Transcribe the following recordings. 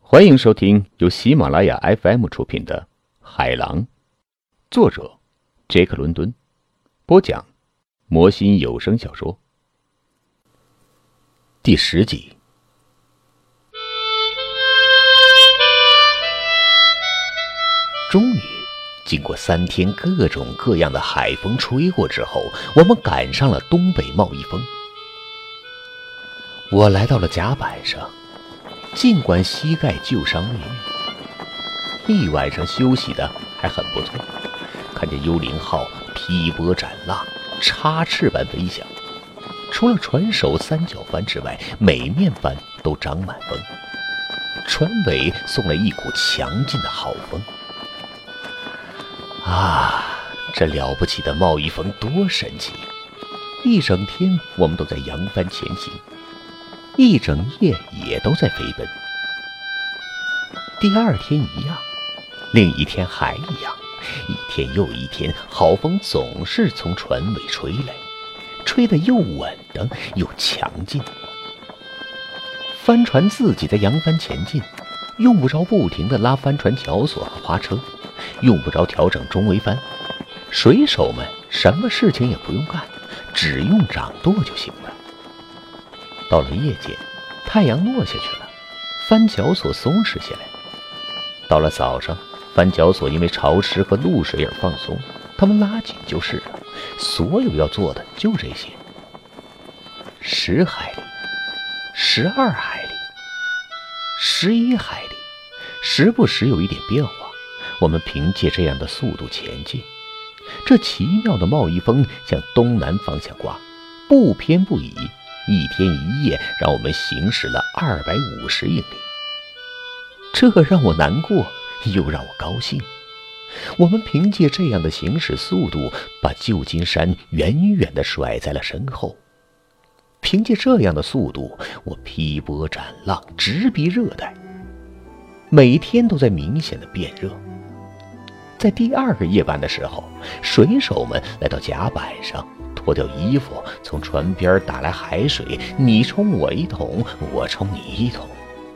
欢迎收听由喜马拉雅 FM 出品的《海狼》，作者杰克·伦敦，播讲魔心有声小说，第10集。终于，经过3天各种各样的海风吹过之后，我们赶上了东北贸易风。我来到了甲板上，尽管膝盖旧伤未愈，一晚上休息的还很不错。看见幽灵号劈波斩浪，插翅般飞翔，除了船首3角帆之外，每面帆都长满风，船尾送来一股强劲的好风。这了不起的贸易风多神奇！一整天我们都在扬帆前行，一整夜也都在飞奔。第二天一样，另一天还一样，一天又一天，好风总是从船尾吹来，吹得又稳当又强劲。帆船自己在扬帆前进，用不着不停地拉帆船条索和划车，用不着调整中桅帆，水手们什么事情也不用干，只用掌舵就行了。到了夜间，太阳落下去了，帆绞索松弛下来。到了早上，帆绞索因为潮湿和露水而放松，它们拉紧就是了。所有要做的就这些：10海里、12海里、11海里，时不时有一点变化。我们凭借这样的速度前进。这奇妙的贸易风向东南方向刮，不偏不倚，一天一夜让我们行驶了250英里。这让我难过，又让我高兴。我们凭借这样的行驶速度，把旧金山远远地甩在了身后。凭借这样的速度，我劈波斩浪，直逼热带，每天都在明显的变热。在第2个夜班的时候，水手们来到甲板上，脱掉衣服，从船边打来海水，你冲我一桶，我冲你一桶。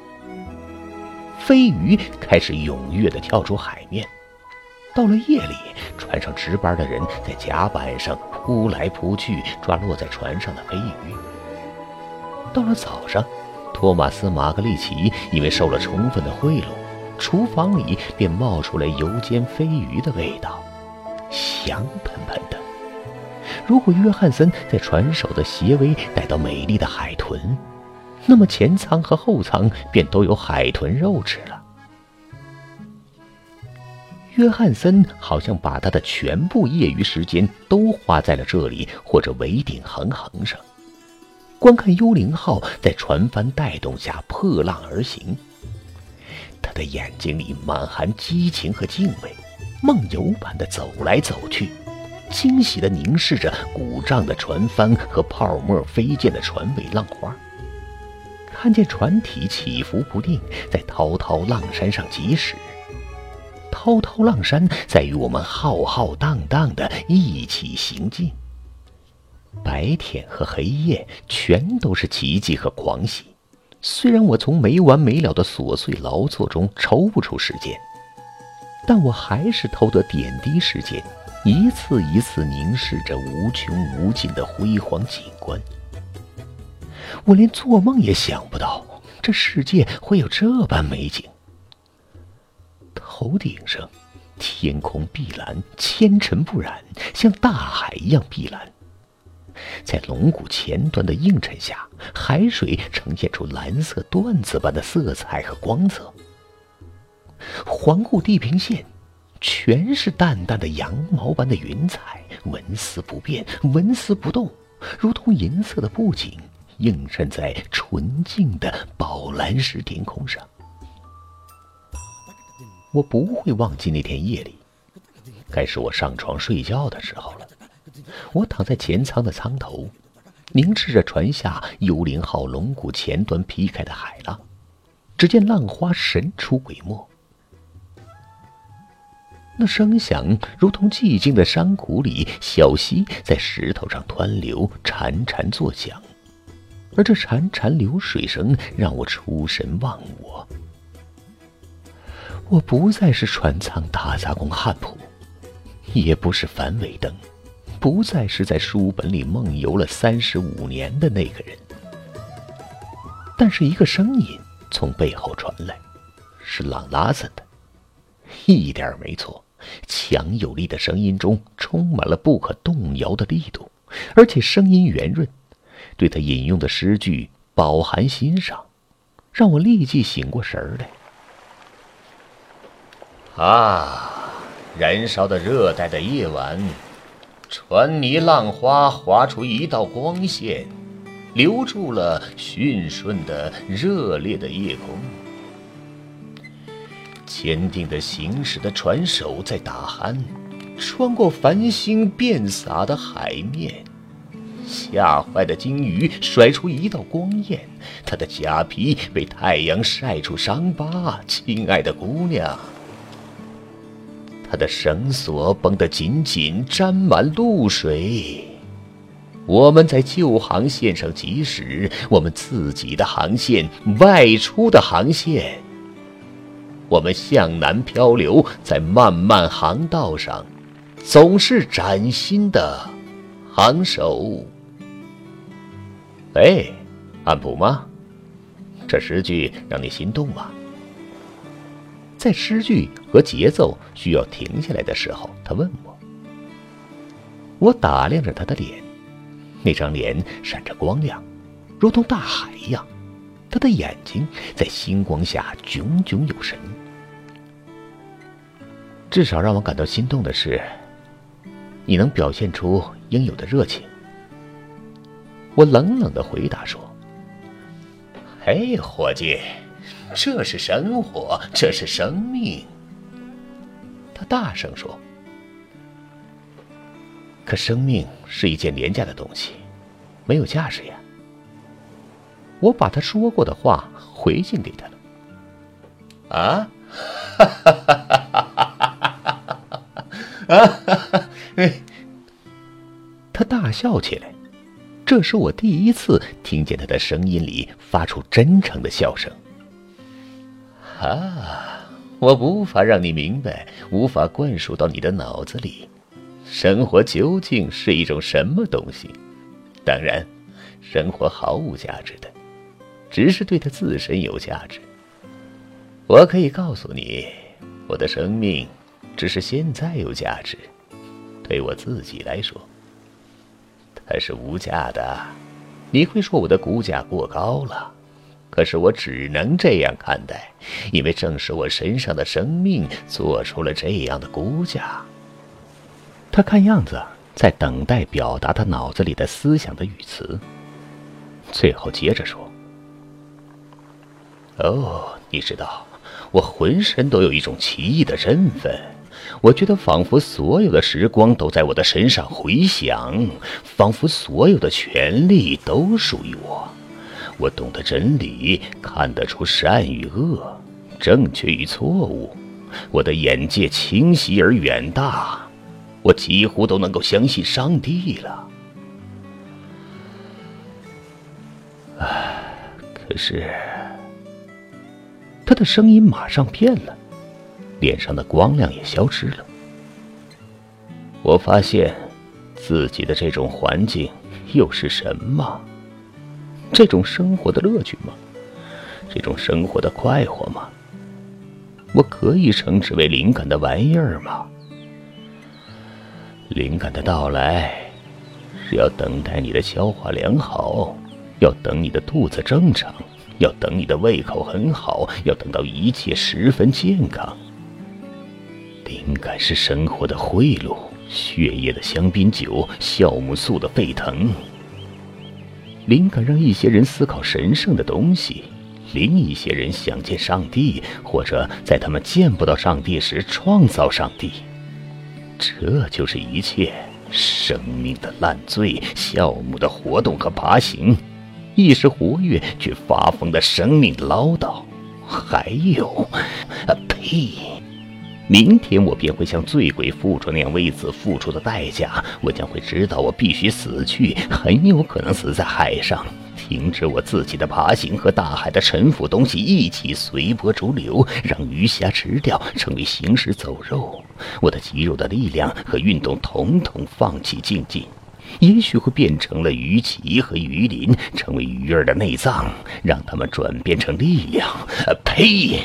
飞鱼开始踊跃地跳出海面。到了夜里，船上值班的人在甲板上扑来扑去，抓落在船上的飞鱼。到了早上，托马斯·马格利奇因为受了充分的贿赂，厨房里便冒出来油煎飞鱼的味道，香喷喷的。如果约翰森在船首的斜尾逮到美丽的海豚，那么前舱和后舱便都有海豚肉吃了。约翰森好像把他的全部业余时间都花在了这里或者桅顶横横上，观看幽灵号在船帆带动下破浪而行。他的眼睛里满含激情和敬畏，梦游般的走来走去，惊喜地凝视着鼓胀的船帆和泡沫飞溅的船尾浪花。看见船体起伏不定，在滔滔浪山上疾驶。滔滔浪山在与我们浩浩荡荡地一起行进。白天和黑夜全都是奇迹和狂喜。虽然我从没完没了的琐碎劳作中抽不出时间，但我还是偷得点滴时间，一次一次凝视着无穷无尽的辉煌景观。我连做梦也想不到，这世界会有这般美景。头顶上，天空碧蓝，纤尘不染，像大海一样碧蓝。在龙骨前端的映衬下，海水呈现出蓝色缎子般的色彩和光泽。环顾地平线，全是淡淡的羊毛般的云彩，纹丝不变，纹丝不动，如同银色的布景，映衬在纯净的宝蓝石天空上。我不会忘记那天夜里，该是我上床睡觉的时候了。我躺在前舱的舱头，凝视着船下幽灵号龙骨前端劈开的海浪，只见浪花神出鬼没。那声响如同寂静的山谷里小溪在石头上湍流，潺潺作响，而这潺潺流水声让我出神忘我。 我不再是船舱大杂工汉普，也不是樊伟登，不再是在书本里梦游了35年的那个人。但是一个声音从背后传来，是朗拉森的，一点没错。强有力的声音中充满了不可动摇的力度，而且声音圆润，对他引用的诗句饱含欣赏，让我立即醒过神来。燃烧的热带的夜晚，船泥浪花划出一道光线，留住了驯顺的热烈的夜空。坚定的行驶的船手在打鼾，穿过繁星遍洒的海面。吓坏的鲸鱼甩出一道光焰，它的甲皮被太阳晒出伤疤。亲爱的姑娘，它的绳索绷得紧紧，沾满露水。我们在旧航线上疾驶，我们自己的航线，外出的航线。我们向南漂流，在漫漫航道上，总是崭新的航手。安普吗？这诗句让你心动吗？在诗句和节奏需要停下来的时候，他问我。我打量着他的脸，那张脸闪着光亮，如同大海一样。他的眼睛在星光下炯炯有神。至少让我感到心动的是，你能表现出应有的热情。我冷冷地回答说：伙计，这是生活，这是生命。他大声说：可生命是一件廉价的东西，没有价值呀。我把他说过的话回敬给他了。他大笑起来，这是我第一次听见他的声音里发出真诚的笑声。我无法让你明白，无法灌输到你的脑子里，生活究竟是一种什么东西。当然，生活毫无价值的，只是对它自身有价值。我可以告诉你，我的生命只是现在有价值，对我自己来说，它是无价的。你会说我的估价过高了，可是我只能这样看待，因为正是我身上的生命做出了这样的估价。他看样子在等待表达他脑子里的思想的语词，最后接着说：你知道，我浑身都有一种奇异的振奋，我觉得仿佛所有的时光都在我的身上回响，仿佛所有的权利都属于我。我懂得真理，看得出善与恶，正确与错误。我的眼界清晰而远大，我几乎都能够相信上帝了。可是他的声音马上变了，脸上的光亮也消失了。我发现自己的这种环境又是什么？这种生活的乐趣吗？这种生活的快活吗？我可以称之为灵感的玩意儿吗？灵感的到来是要等待你的消化良好，要等你的肚子正常，要等你的胃口很好，要等到一切十分健康。灵感是生活的贿赂，血液的香槟酒，酵母素的沸腾。灵感让一些人思考神圣的东西，另一些人想见上帝，或者在他们见不到上帝时创造上帝。这就是一切：生命的烂醉，酵母的活动和爬行，一时活跃却发疯的生命唠叨。还有，呸！明天我便会像醉鬼付出那样为此付出的代价，我将会知道我必须死去，很有可能死在海上。 停止我自己的爬行和大海的沉浮东西一起随波逐流，让鱼虾吃掉，成为行尸走肉。我的肌肉的力量和运动统统放弃竞技，也许会变成了鱼鳍和鱼鳞，成为鱼儿的内脏，让它们转变成力量。呸！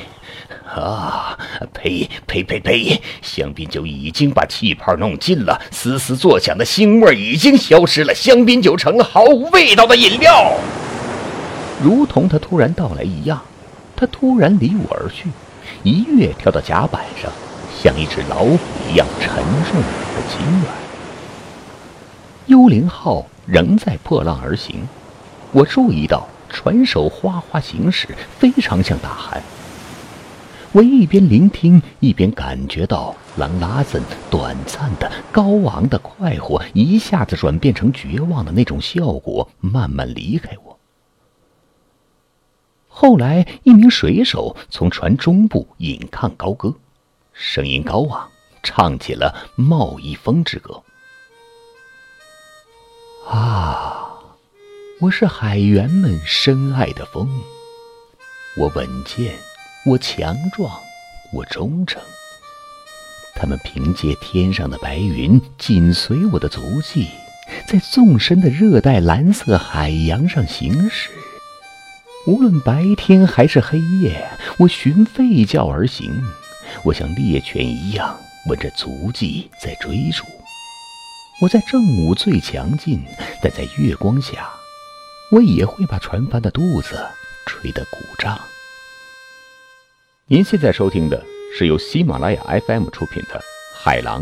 呸！香槟酒已经把气泡弄尽了，嘶嘶作响的腥味已经消失了，香槟酒成了毫无味道的饮料。如同他突然到来一样，他突然离我而去，一跃跳到甲板上，像一只老虎一样沉重而轻软。幽灵号仍在破浪而行，我注意到船手哗哗行驶，非常像大汉。我一边聆听，一边感觉到朗拉森短暂的高昂的快活一下子转变成绝望的那种效果慢慢离开我。后来一名水手从船中部引抗高歌，声音高昂，唱起了贸易风之歌。我是海员们深爱的风，我稳健，我强壮，我忠诚。他们凭借天上的白云紧随我的足迹，在纵深的热带蓝色海洋上行驶。无论白天还是黑夜，我循吠叫而行，我像猎犬一样闻着足迹在追逐。我在正午最强劲，但在月光下，我也会把船帆的肚子吹得鼓胀。您现在收听的是由喜马拉雅 FM 出品的《海狼》。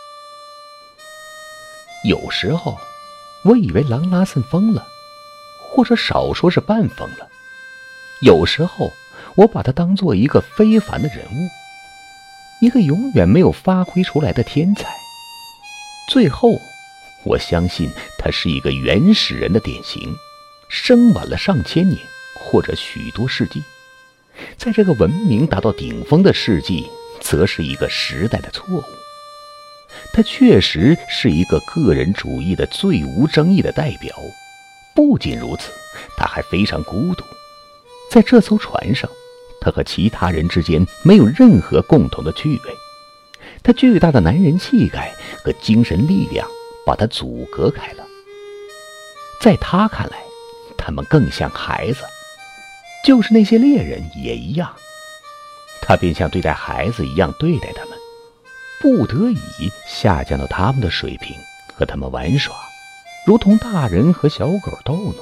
有时候我以为朗拉森疯了，或者少说是半疯了。有时候我把他当作一个非凡的人物，一个永远没有发挥出来的天才。最后我相信他是一个原始人的典型，生晚了上千年或者许多世纪。在这个文明达到顶峰的世纪，则是一个时代的错误。他确实是一个个人主义的最无争议的代表。不仅如此，他还非常孤独。在这艘船上，他和其他人之间没有任何共同的趣味。他巨大的男人气概和精神力量把他阻隔开了。在他看来，他们更像孩子，就是那些猎人也一样。他便像对待孩子一样对待他们，不得已下降到他们的水平，和他们玩耍，如同大人和小狗逗弄。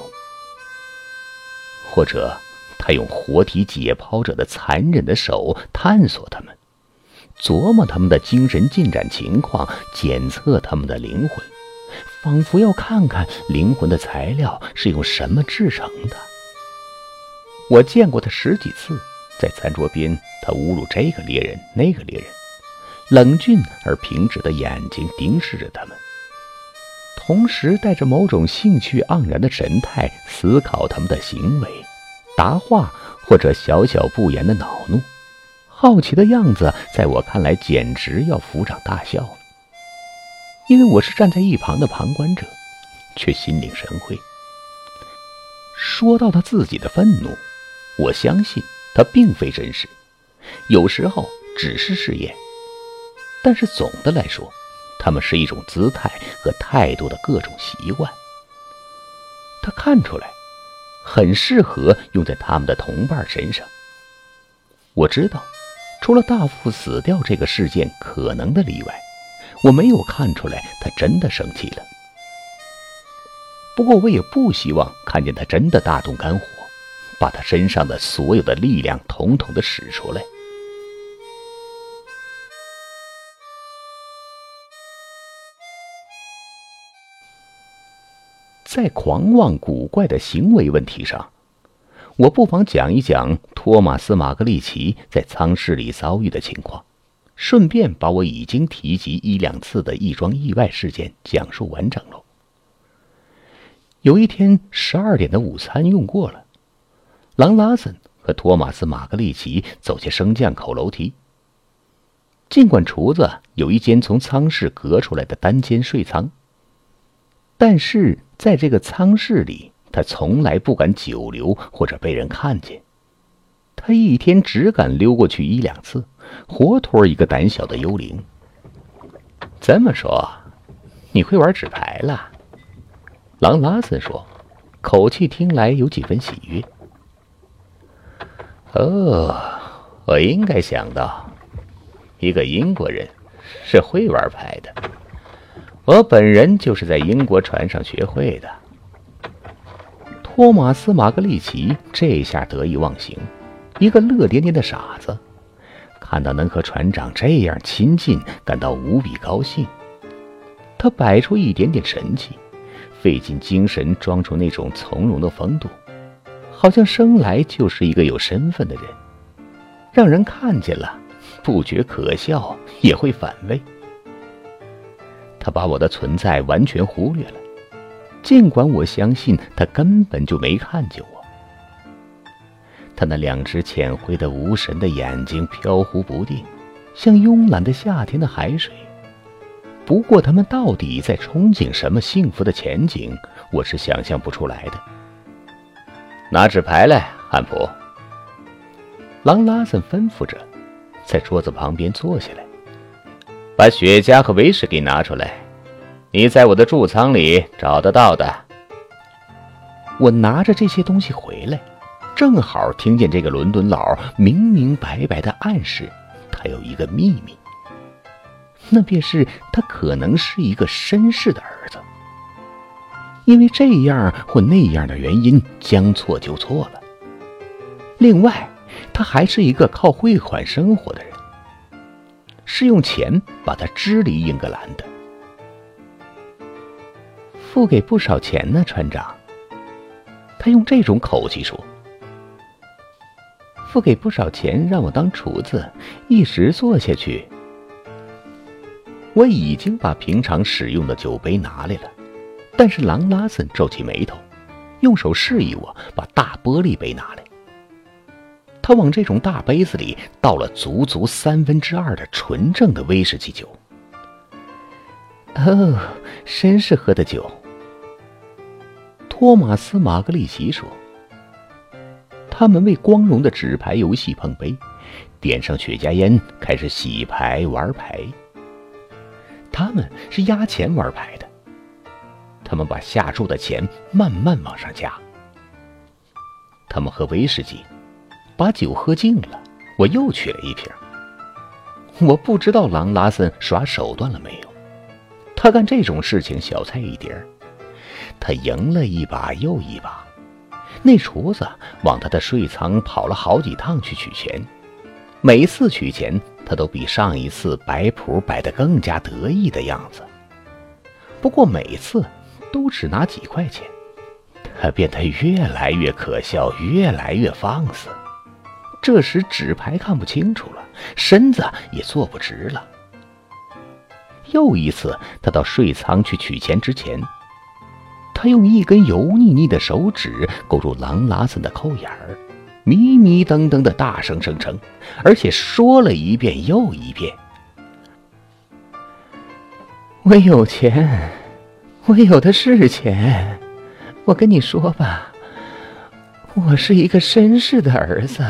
或者他用活体解剖者的残忍的手探索他们，琢磨他们的精神进展情况，检测他们的灵魂，仿佛要看看灵魂的材料是用什么制成的。我见过他10几次，在餐桌边，他侮辱这个猎人那个猎人，冷峻而平直的眼睛凝视着他们，同时带着某种兴趣盎然的神态思考他们的行为、答话或者小小不言的恼怒。好奇的样子在我看来简直要抚掌大笑了，因为我是站在一旁的旁观者，却心领神会。说到他自己的愤怒，我相信他并非真实，有时候只是试验，但是总的来说，他们是一种姿态和态度的各种习惯。他看出来，很适合用在他们的同伴身上。我知道，除了大副死掉这个事件可能的例外，我没有看出来他真的生气了。不过我也不希望看见他真的大动肝火，把他身上的所有的力量统统的使出来。在狂妄古怪的行为问题上，我不妨讲一讲托马斯·马格利奇在舱室里遭遇的情况，顺便把我已经提及1、2次的一桩意外事件讲述完整喽。有一天12点的午餐用过了，朗拉森和托马斯·马格利奇走下升降口楼梯。尽管厨子有一间从舱室隔出来的单间睡舱，但是在这个舱室里他从来不敢久留或者被人看见。他一天只敢溜过去1-2次，活脱一个胆小的幽灵。这么说，你会玩纸牌了？狼拉森说，口气听来有几分喜悦。哦，我应该想到，一个英国人是会玩牌的。我本人就是在英国船上学会的。托马斯·马格利奇这下得意忘形，一个乐颠颠的傻子，看到能和船长这样亲近，感到无比高兴。他摆出一点点神气，费尽精神装出那种从容的风度，好像生来就是一个有身份的人，让人看见了不觉可笑，也会反胃。他把我的存在完全忽略了，尽管我相信他根本就没看见我。他那2只浅灰的无神的眼睛飘忽不定，像慵懒的夏天的海水。不过他们到底在憧憬什么幸福的前景，我是想象不出来的。拿纸牌来，汉普。狼拉森吩咐着，在桌子旁边坐下来，把雪茄和威士忌拿出来，你在我的贮藏里找得到的。我拿着这些东西回来，正好听见这个伦敦佬明明白白地暗示他有一个秘密，那便是他可能是一个绅士的儿子，因为这样或那样的原因将错就错了。另外，他还是一个靠汇款生活的人，是用钱把他支离英格兰的。付给不少钱呢，船长。他用这种口气说。付给不少钱让我当厨子，一直做下去。我已经把平常使用的酒杯拿来了，但是狼拉森皱起眉头，用手示意我把大玻璃杯拿来。他往这种大杯子里倒了足足2/3的纯正的威士忌酒。哦，绅士喝的酒。托马斯·马格利奇说。他们为光荣的纸牌游戏碰杯，点上雪茄烟，开始洗牌玩牌。他们是压钱玩牌的，他们把下注的钱慢慢往上加。他们喝威士忌，把酒喝尽了，我又取了一瓶。我不知道狼拉森耍手段了没有，他干这种事情小菜一碟儿。他赢了一把又一把，那厨子往他的税仓跑了好几趟去取钱，每次取钱他都比上一次摆谱摆得更加得意的样子。不过每次都只拿几块钱，他变得越来越可笑，越来越放肆。这时纸牌看不清楚了，身子也坐不直了。又一次他到税仓去取钱之前，他用一根油腻腻的手指勾住狼拉森的扣眼儿，迷迷瞪瞪的大声声称，而且说了一遍又一遍：我有钱，我有的是钱，我跟你说吧，我是一个绅士的儿子。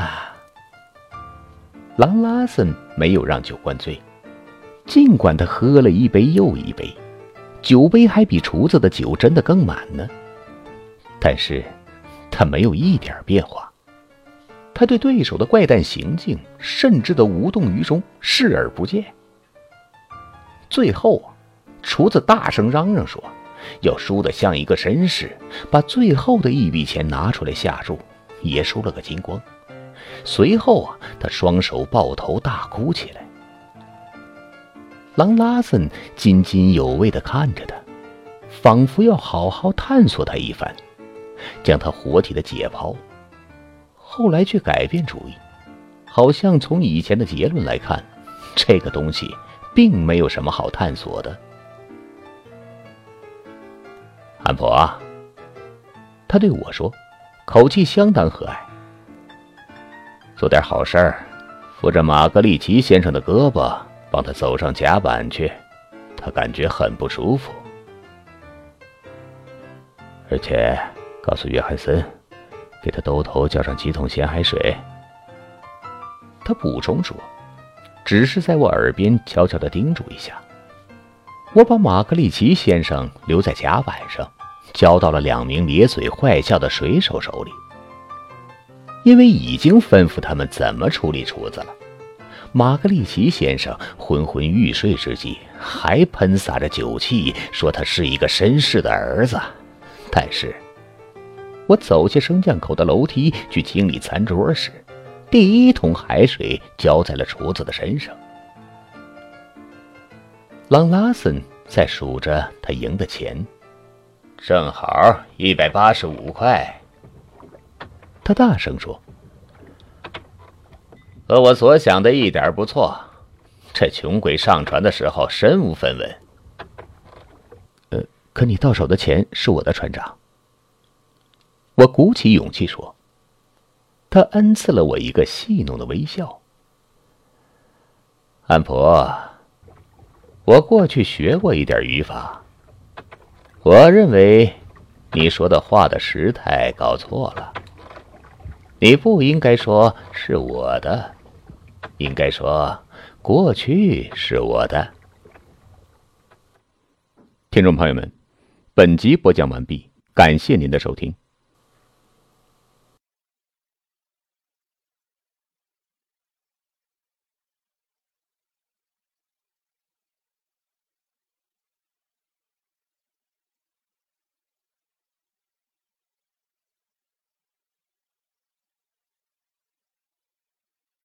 狼拉森没有让酒灌醉，尽管他喝了一杯又一杯，酒杯还比厨子的酒真的更满呢，但是他没有一点变化。他对对手的怪诞行径甚至都无动于衷，视而不见。最后厨子大声嚷嚷说要输得像一个绅士，把最后的一笔钱拿出来下注，也输了个精光。随后他双手抱头大哭起来。狼拉森津津有味地看着他，仿佛要好好探索他一番，将他活体的解剖。后来却改变主意，好像从以前的结论来看，这个东西并没有什么好探索的。汉普啊，他对我说，口气相当和蔼，做点好事儿，扶着马格利奇先生的胳膊，帮他走上甲板去，他感觉很不舒服。而且告诉约翰森，给他兜头浇上几桶咸海水。他补充说，只是在我耳边悄悄地叮嘱一下。我把马格利奇先生留在甲板上，交到了2名咧嘴坏笑的水手手里，因为已经吩咐他们怎么处理厨子了。马格利奇先生昏昏欲睡之际，还喷洒着酒气，说他是一个绅士的儿子。但是我走下升降口的楼梯去清理餐桌时，第1桶海水浇在了厨子的身上。朗拉森在数着他赢的钱，正好185块。他大声说，和我所想的一点不错，这穷鬼上船的时候身无分文。可你到手的钱是我的，船长。我鼓起勇气说。他恩赐了我一个戏弄的微笑。安普，我过去学过一点语法，我认为你说的话的时态搞错了。你不应该说是我的，应该说过去是我的。听众朋友们，本集播讲完毕，感谢您的收听。